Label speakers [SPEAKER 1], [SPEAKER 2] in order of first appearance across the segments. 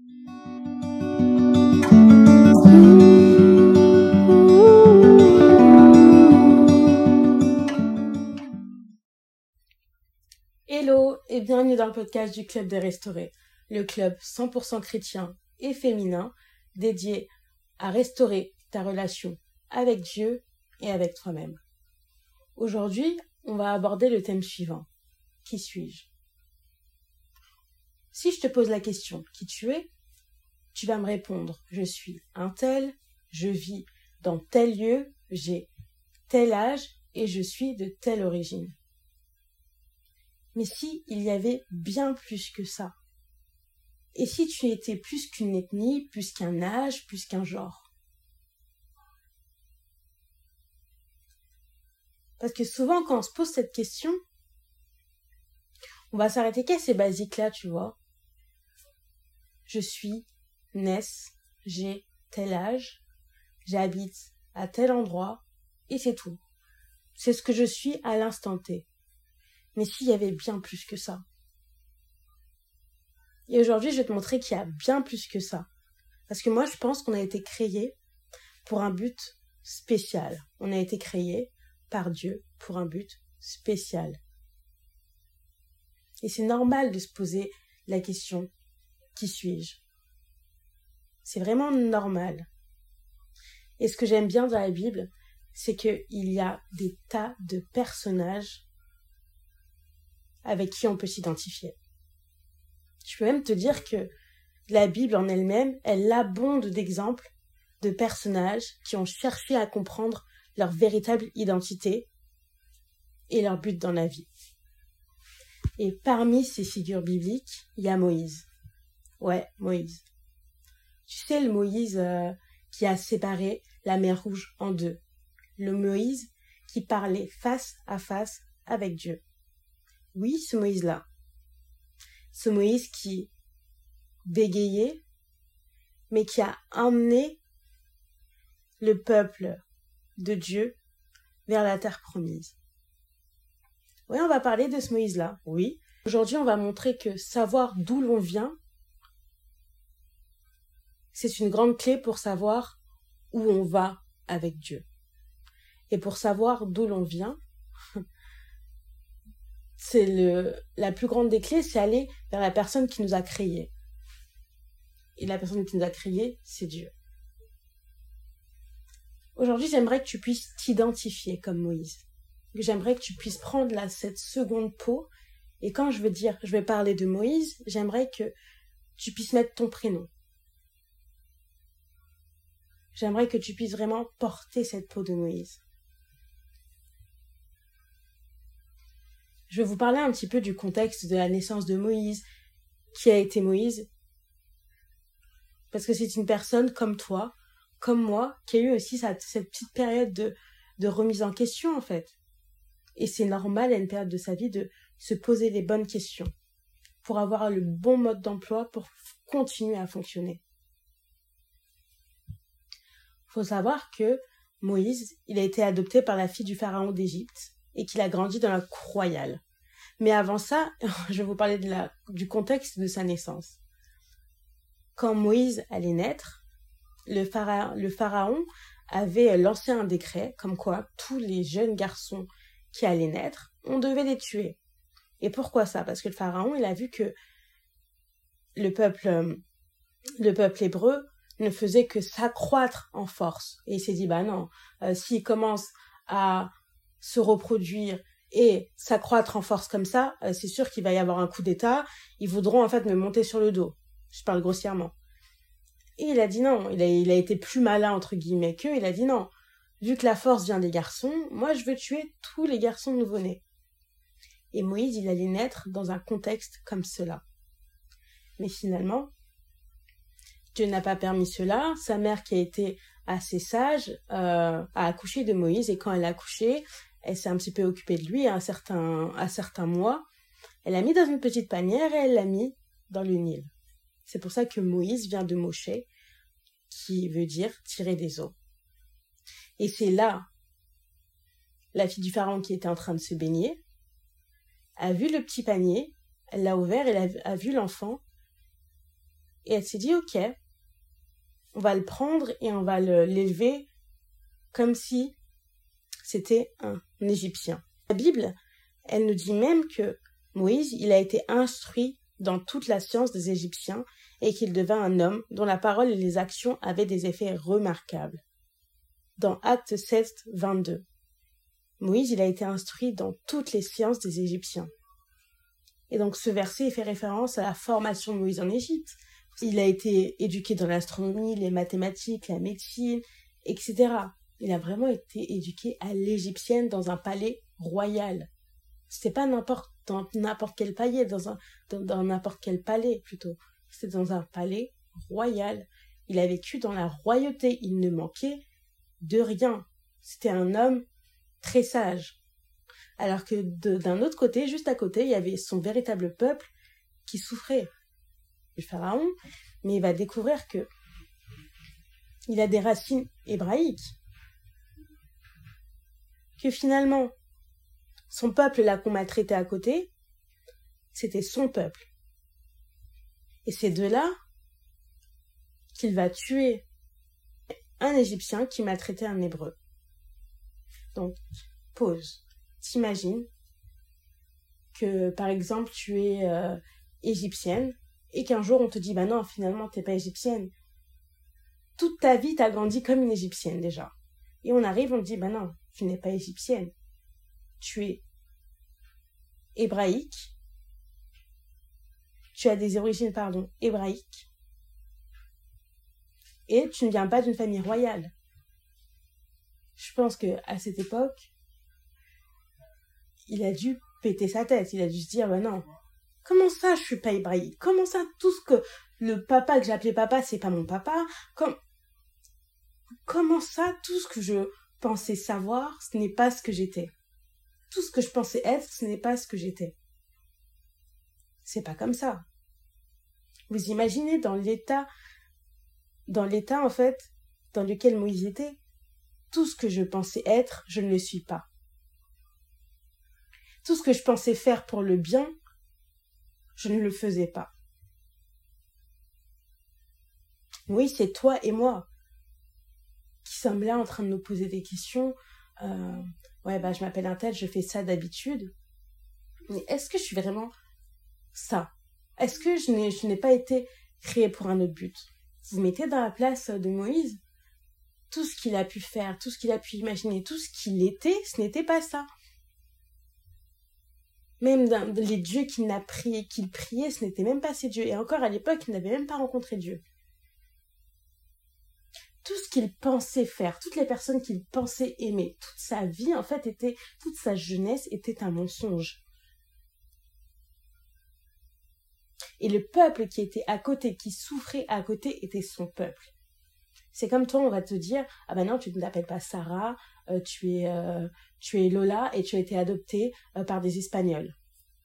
[SPEAKER 1] Hello et bienvenue dans le podcast du Club des Restaurés, le club 100% chrétien et féminin dédié à restaurer ta relation avec Dieu et avec toi-même. Aujourd'hui, on va aborder le thème suivant. Qui suis-je ? Si je te pose la question « Qui tu es ?», tu vas me répondre « Je suis un tel, je vis dans tel lieu, j'ai tel âge et je suis de telle origine. » Mais si il y avait bien plus que ça? Et si tu étais plus qu'une ethnie, plus qu'un âge, plus qu'un genre? Parce que souvent, quand on se pose cette question, on va s'arrêter qu'à ces basiques-là, tu vois. Je suis Ness, j'ai tel âge, j'habite à tel endroit, et c'est tout. C'est ce que je suis à l'instant T. Mais s'il y avait bien plus que ça. Et aujourd'hui, je vais te montrer qu'il y a bien plus que ça. Parce que moi, je pense qu'on a été créé pour un but spécial. On a été créé par Dieu pour un but spécial. Et c'est normal de se poser la question « Qui suis-je ?» C'est vraiment normal. Et ce que j'aime bien dans la Bible, c'est qu'il y a des tas de personnages avec qui on peut s'identifier. Je peux même te dire que la Bible en elle-même, elle abonde d'exemples de personnages qui ont cherché à comprendre leur véritable identité et leur but dans la vie. Et parmi ces figures bibliques, il y a Moïse. Ouais, Moïse. Tu sais, le Moïse qui a séparé la mer Rouge en deux. Le Moïse qui parlait face à face avec Dieu. Oui, ce Moïse-là. Ce Moïse qui bégayait, mais qui a emmené le peuple de Dieu vers la terre promise. Oui, on va parler de ce Moïse-là, oui. Aujourd'hui, on va montrer que savoir d'où l'on vient, c'est une grande clé pour savoir où on va avec Dieu. Et pour savoir d'où l'on vient, la plus grande des clés, c'est aller vers la personne qui nous a créés. Et la personne qui nous a créés, c'est Dieu. Aujourd'hui, j'aimerais que tu puisses t'identifier comme Moïse. J'aimerais que tu puisses prendre cette seconde peau. Et quand je vais parler de Moïse, j'aimerais que tu puisses mettre ton prénom. J'aimerais que tu puisses vraiment porter cette peau de Moïse. Je vais vous parler un petit peu du contexte de la naissance de Moïse, qui a été Moïse, parce que c'est une personne comme toi, comme moi, qui a eu aussi cette petite période de remise en question, en fait. Et c'est normal à une période de sa vie de se poser les bonnes questions pour avoir le bon mode d'emploi pour continuer à fonctionner. Il faut savoir que Moïse, il a été adopté par la fille du pharaon d'Égypte et qu'il a grandi dans la cour royale. Mais avant ça, je vais vous parler du contexte de sa naissance. Quand Moïse allait naître, le pharaon avait lancé un décret comme quoi tous les jeunes garçons qui allaient naître, on devait les tuer. Et pourquoi ça ? Parce que le pharaon, il a vu que le peuple hébreu ne faisait que s'accroître en force. Et il s'est dit, non, s'ils commencent à se reproduire et s'accroître en force comme ça, c'est sûr qu'il va y avoir un coup d'état, ils voudront en fait me monter sur le dos. Je parle grossièrement. Et il a dit non, il a été plus malin entre guillemets qu'eux, il a dit non, vu que la force vient des garçons, moi je veux tuer tous les garçons nouveau-nés. Et Moïse, il allait naître dans un contexte comme cela. Mais finalement, Dieu n'a pas permis cela. Sa mère, qui a été assez sage, a accouché de Moïse. Et quand elle a accouché, elle s'est un petit peu occupée de lui à certains mois. Elle l'a mis dans une petite panière et elle l'a mis dans le Nil. C'est pour ça que Moïse vient de Moshe, qui veut dire tirer des eaux. Et c'est là, la fille du pharaon qui était en train de se baigner, a vu le petit panier, elle l'a ouvert, elle a vu l'enfant, Et elle s'est dit, ok, on va le prendre et on va l'élever comme si c'était un Égyptien. La Bible, elle nous dit même que Moïse, il a été instruit dans toute la science des Égyptiens et qu'il devint un homme dont la parole et les actions avaient des effets remarquables. Dans Actes 7, 22. Moïse, il a été instruit dans toutes les sciences des Égyptiens. Et donc ce verset fait référence à la formation de Moïse en Égypte. Il a été éduqué dans l'astronomie, les mathématiques, la médecine, etc. Il a vraiment été éduqué à l'égyptienne dans un palais royal. C'était pas dans n'importe quel palais, dans n'importe quel palais plutôt. C'était dans un palais royal. Il a vécu dans la royauté. Il ne manquait de rien. C'était un homme très sage. Alors que d'un autre côté, juste à côté, il y avait son véritable peuple qui souffrait du pharaon, mais il va découvrir que il a des racines hébraïques. Que finalement, son peuple là qu'on maltraitait à côté, c'était son peuple. Et c'est de là qu'il va tuer un Égyptien qui maltraitait un Hébreu. Donc, pause. T'imagines que, par exemple, tu es égyptienne et qu'un jour on te dit, bah non, finalement, t'es pas égyptienne. Toute ta vie, t'as grandi comme une égyptienne déjà. Et on arrive, on te dit, bah non, tu n'es pas égyptienne. Tu es hébraïque. Tu as des origines, hébraïques. Et tu ne viens pas d'une famille royale. Je pense qu'à cette époque, il a dû péter sa tête. Il a dû se dire, bah non, comment ça je suis pas hébraïque? Comment ça tout ce que le papa que j'appelais papa, c'est pas mon papa? Comment ça tout ce que je pensais savoir, ce n'est pas ce que j'étais? Tout ce que je pensais être, ce n'est pas ce que j'étais. C'est pas comme ça. Vous imaginez dans l'état en fait, dans lequel Moïse était, tout ce que je pensais être, je ne le suis pas. Tout ce que je pensais faire pour le bien, je ne le faisais pas. Oui, c'est toi et moi qui sommes là en train de nous poser des questions. Ouais, bah je m'appelle un tel, je fais ça d'habitude. Mais est-ce que je suis vraiment ça? Est-ce que je n'ai pas été créée pour un autre but? Vous mettez dans la place de Moïse, tout ce qu'il a pu faire, tout ce qu'il a pu imaginer, tout ce qu'il était, ce n'était pas ça. Même les dieux qu'il priait, ce n'était même pas ces dieux. Et encore à l'époque, il n'avait même pas rencontré Dieu. Tout ce qu'il pensait faire, toutes les personnes qu'il pensait aimer, toute sa vie, en fait, toute sa jeunesse était un mensonge. Et le peuple qui était à côté, qui souffrait à côté, était son peuple. C'est comme toi, on va te dire, ah ben non, tu ne t'appelles pas Sarah, tu es Lola et tu as été adoptée par des Espagnols.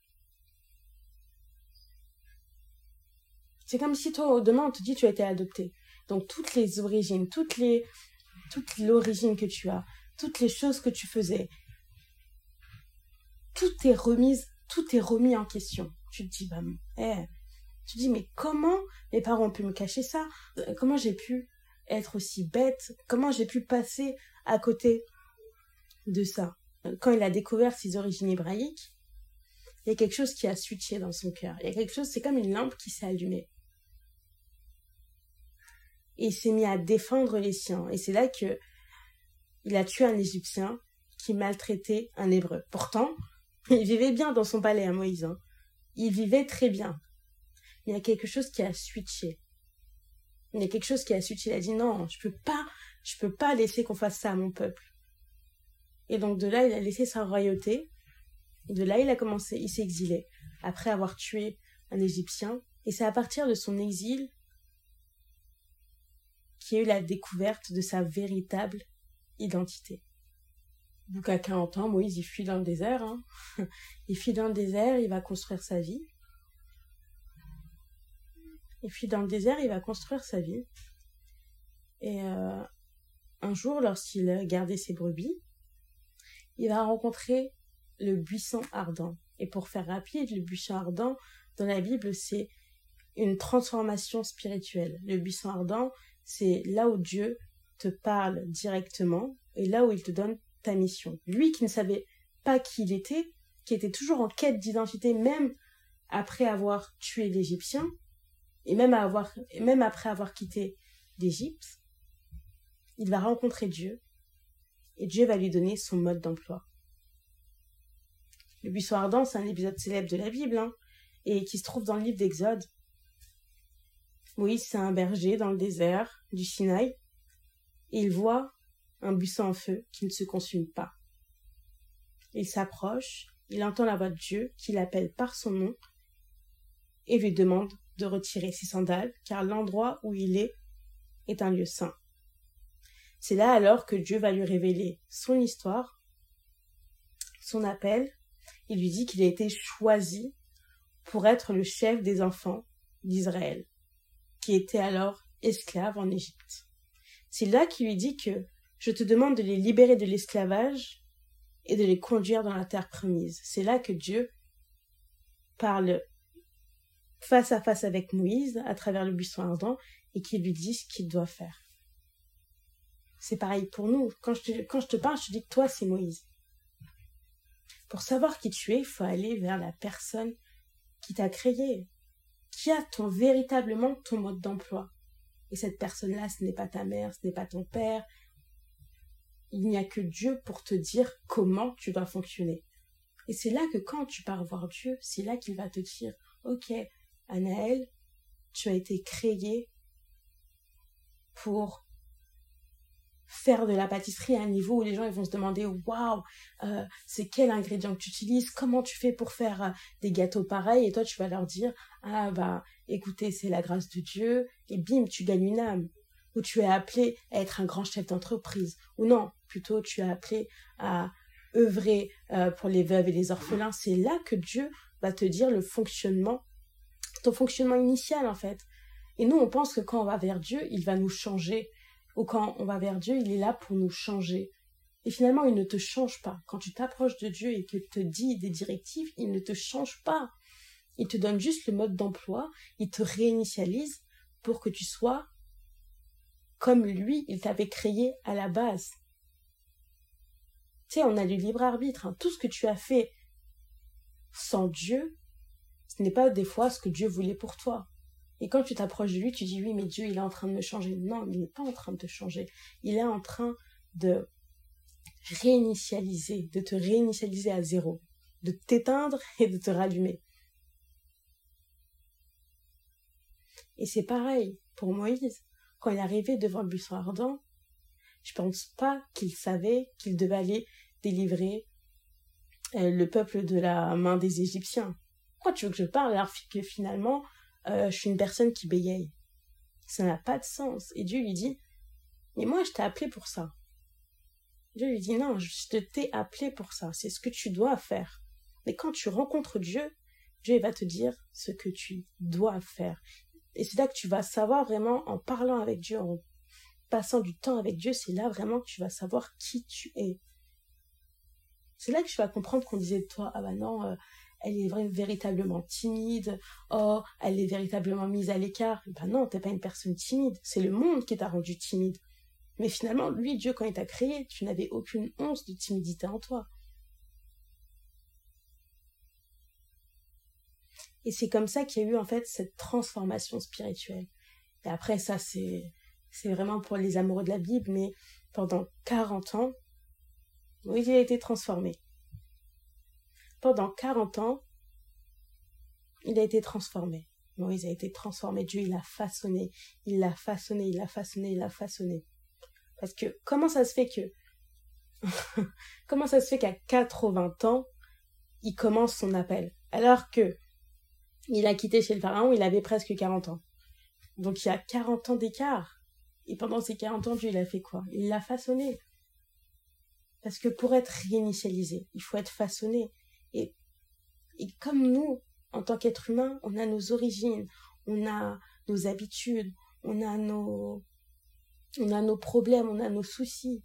[SPEAKER 1] C'est comme si toi, demain, on te dit, tu as été adoptée. Donc toutes les origines, toute l'origine que tu as, toutes les choses que tu faisais, tout est remis en question. Tu te dis, tu te dis, mais comment mes parents ont pu me cacher ça? Comment j'ai pu être aussi bête? Comment j'ai pu passer à côté de ça? Quand il a découvert ses origines hébraïques, il y a quelque chose qui a switché dans son cœur. Il y a quelque chose, c'est comme une lampe qui s'est allumée. Et il s'est mis à défendre les siens. Et c'est là que il a tué un Égyptien qui maltraitait un Hébreu. Pourtant, il vivait bien dans son palais, Moïse. Hein. Il vivait très bien. Il y a quelque chose qui a switché. Il y a quelque chose qui a switché. Il a dit non, je peux pas laisser qu'on fasse ça à mon peuple. Et donc de là, il a laissé sa royauté. De là, il s'est exilé. Après avoir tué un Égyptien. Et c'est à partir de son exil qu'il y a eu la découverte de sa véritable identité. Bouka 40 ans, Moïse, il fuit dans le désert. Hein. Il fuit dans le désert, il va construire sa vie. Il fuit dans le désert, il va construire sa vie. Et un jour, lorsqu'il gardait ses brebis, il va rencontrer le buisson ardent. Et pour faire rapide, le buisson ardent, dans la Bible, c'est une transformation spirituelle. Le buisson ardent, c'est là où Dieu te parle directement et là où il te donne ta mission. Lui qui ne savait pas qui il était, qui était toujours en quête d'identité, même après avoir tué l'Égyptien, et même après avoir quitté l'Égypte, il va rencontrer Dieu, et Dieu va lui donner son mode d'emploi. Le buisson ardent, c'est un épisode célèbre de la Bible, et qui se trouve dans le livre d'Exode. Moïse, c'est un berger dans le désert du Sinaï, et il voit un buisson en feu qui ne se consume pas. Il s'approche, il entend la voix de Dieu qui l'appelle par son nom et lui demande de retirer ses sandales, car l'endroit où il est un lieu saint. C'est là alors que Dieu va lui révéler son histoire, son appel. Il lui dit qu'il a été choisi pour être le chef des enfants d'Israël, qui étaient alors esclaves en Égypte. C'est là qu'il lui dit que je te demande de les libérer de l'esclavage et de les conduire dans la terre promise. C'est là que Dieu parle face à face avec Moïse à travers le buisson ardent et qu'il lui dit ce qu'il doit faire. C'est pareil pour nous. Quand je te parle, je te dis que toi, c'est Moïse. Pour savoir qui tu es, il faut aller vers la personne qui t'a créé, qui a véritablement ton mode d'emploi. Et cette personne-là, ce n'est pas ta mère, ce n'est pas ton père. Il n'y a que Dieu pour te dire comment tu dois fonctionner. Et c'est là que quand tu pars voir Dieu, c'est là qu'il va te dire « Ok, Anaël, tu as été créé pour faire de la pâtisserie à un niveau où les gens ils vont se demander « Waouh, c'est quel ingrédient que tu utilises? Comment tu fais pour faire des gâteaux pareils ?» Et toi, tu vas leur dire « Ah bah, écoutez, c'est la grâce de Dieu. » Et bim, tu gagnes une âme. Ou tu es appelé à être un grand chef d'entreprise. Ou non, plutôt tu es appelé à œuvrer pour les veuves et les orphelins. C'est là que Dieu va te dire ton fonctionnement initial en fait. Et nous, on pense que quand on va vers Dieu, il va nous changer. Ou quand on va vers Dieu, il est là pour nous changer. Et finalement, il ne te change pas. Quand tu t'approches de Dieu et qu'il te dit des directives, il ne te change pas. Il te donne juste le mode d'emploi, il te réinitialise pour que tu sois comme lui, il t'avait créé à la base. Tu sais, on a du libre arbitre. Tout ce que tu as fait sans Dieu, ce n'est pas des fois ce que Dieu voulait pour toi. Et quand tu t'approches de lui, tu dis oui, mais Dieu, il est en train de me changer. Non, il n'est pas en train de te changer. Il est en train de de te réinitialiser à zéro, de t'éteindre et de te rallumer. Et c'est pareil pour Moïse. Quand il est arrivé devant le buisson ardent, je pense pas qu'il savait qu'il devait aller délivrer le peuple de la main des Égyptiens. Pourquoi tu veux que je parle alors que finalement, je suis une personne qui bégaye? Ça n'a pas de sens. Et Dieu lui dit, mais moi je t'ai appelé pour ça. Dieu lui dit, non, je t'ai appelé pour ça. C'est ce que tu dois faire. Mais quand tu rencontres Dieu, Dieu va te dire ce que tu dois faire. Et c'est là que tu vas savoir vraiment, en parlant avec Dieu, en passant du temps avec Dieu, c'est là vraiment que tu vas savoir qui tu es. C'est là que tu vas comprendre qu'on disait de toi, ah bah non, elle est véritablement timide, oh, elle est véritablement mise à l'écart. Ben non, t'es pas une personne timide, c'est le monde qui t'a rendu timide. Mais finalement, lui, Dieu, quand il t'a créé, tu n'avais aucune once de timidité en toi. Et c'est comme ça qu'il y a eu en fait cette transformation spirituelle. Et après ça, c'est vraiment pour les amoureux de la Bible, mais pendant 40 ans, Moïse a été transformé. Pendant 40 ans, il a été transformé. Moïse a été transformé. Dieu, il l'a façonné. Il l'a façonné, il l'a façonné, il l'a façonné. Parce que comment ça se fait qu'à 80 ans, il commence son appel? Alors que il a quitté chez le pharaon, il avait presque 40 ans. Donc il y a 40 ans d'écart. Et pendant ces 40 ans, Dieu, il a fait quoi? Il l'a façonné. Parce que pour être réinitialisé, il faut être façonné. Et comme nous, en tant qu'être humain, on a nos origines, on a nos habitudes, on a nos problèmes, on a nos soucis.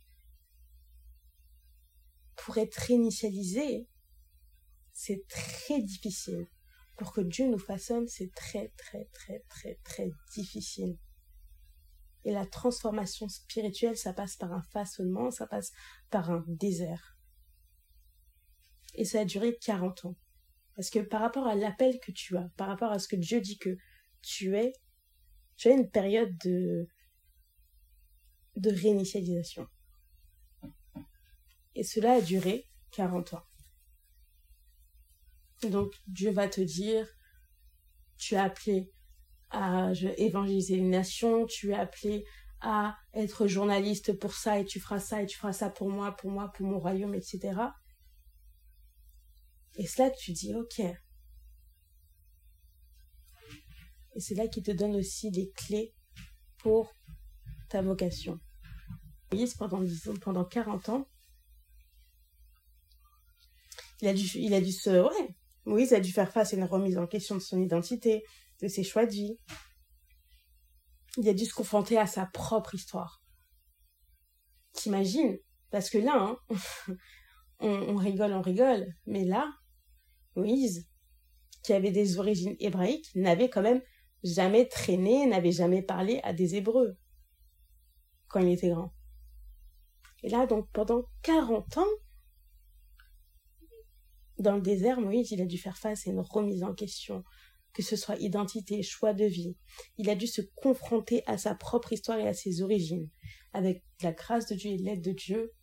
[SPEAKER 1] Pour être réinitialisé, c'est très difficile. pour que Dieu nous façonne, c'est très, très, très, très, très difficile. Et la transformation spirituelle, ça passe par un façonnement, ça passe par un désert. Et ça a duré 40 ans. Parce que par rapport à l'appel que tu as, par rapport à ce que Dieu dit que tu as une période de réinitialisation. Et cela a duré 40 ans. Donc Dieu va te dire, tu es appelé à évangéliser les nations, tu es appelé à être journaliste pour ça, et tu feras ça pour moi, pour mon royaume, etc. Et c'est là que tu dis, ok. Et c'est là qu'il te donne aussi les clés pour ta vocation. Moïse, pendant 40 ans, Moïse a dû faire face à une remise en question de son identité, de ses choix de vie. Il a dû se confronter à sa propre histoire. T'imagines? Parce que là, on rigole, mais là, Moïse, qui avait des origines hébraïques, n'avait quand même jamais traîné, n'avait jamais parlé à des Hébreux quand il était grand. Et là, donc, pendant 40 ans, dans le désert, Moïse, il a dû faire face à une remise en question, que ce soit identité, choix de vie. Il a dû se confronter à sa propre histoire et à ses origines. Avec la grâce de Dieu et l'aide de Dieu,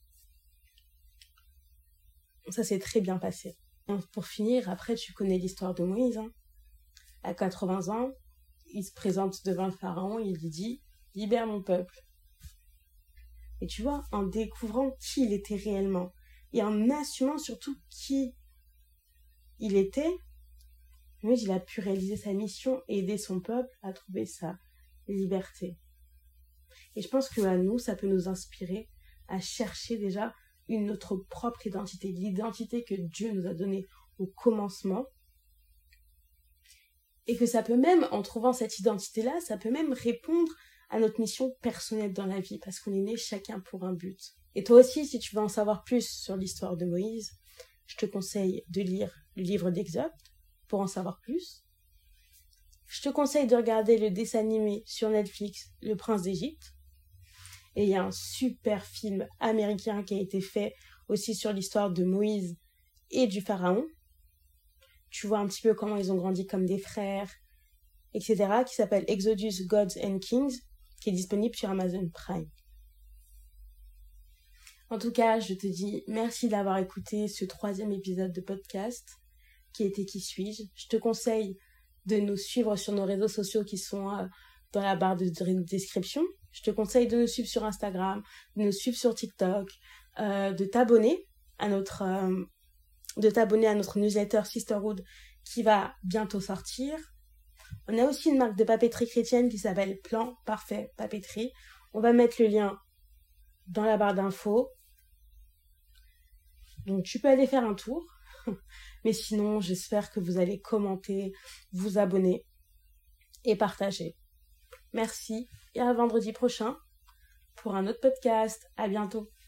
[SPEAKER 1] ça s'est très bien passé. Donc, pour finir, après, tu connais l'histoire de Moïse. À 80 ans, il se présente devant le pharaon et il lui dit « Libère mon peuple ». Et tu vois, en découvrant qui il était réellement et en assumant surtout qui il était, Moïse, il a pu réaliser sa mission et aider son peuple à trouver sa liberté. Et je pense qu'à nous, ça peut nous inspirer à chercher déjà notre propre identité, l'identité que Dieu nous a donnée au commencement. Et que ça peut même, en trouvant cette identité-là, ça peut même répondre à notre mission personnelle dans la vie, parce qu'on est né chacun pour un but. Et toi aussi, si tu veux en savoir plus sur l'histoire de Moïse, je te conseille de lire le livre d'Exode pour en savoir plus. Je te conseille de regarder le dessin animé sur Netflix, Le Prince d'Égypte. Et il y a un super film américain qui a été fait aussi sur l'histoire de Moïse et du pharaon. Tu vois un petit peu comment ils ont grandi comme des frères, etc., qui s'appelle Exodus, Gods and Kings, qui est disponible sur Amazon Prime. En tout cas, je te dis merci d'avoir écouté ce 3e épisode de podcast, qui était Qui suis-je. Je te conseille de nous suivre sur nos réseaux sociaux qui sont dans la barre de description. Je te conseille de nous suivre sur Instagram, de nous suivre sur TikTok, de t'abonner à notre newsletter Sisterhood qui va bientôt sortir. On a aussi une marque de papeterie chrétienne qui s'appelle Plan Parfait Papeterie. On va mettre le lien dans la barre d'infos. Donc tu peux aller faire un tour. Mais sinon, j'espère que vous allez commenter, vous abonner et partager. Merci et à vendredi prochain pour un autre podcast. À bientôt.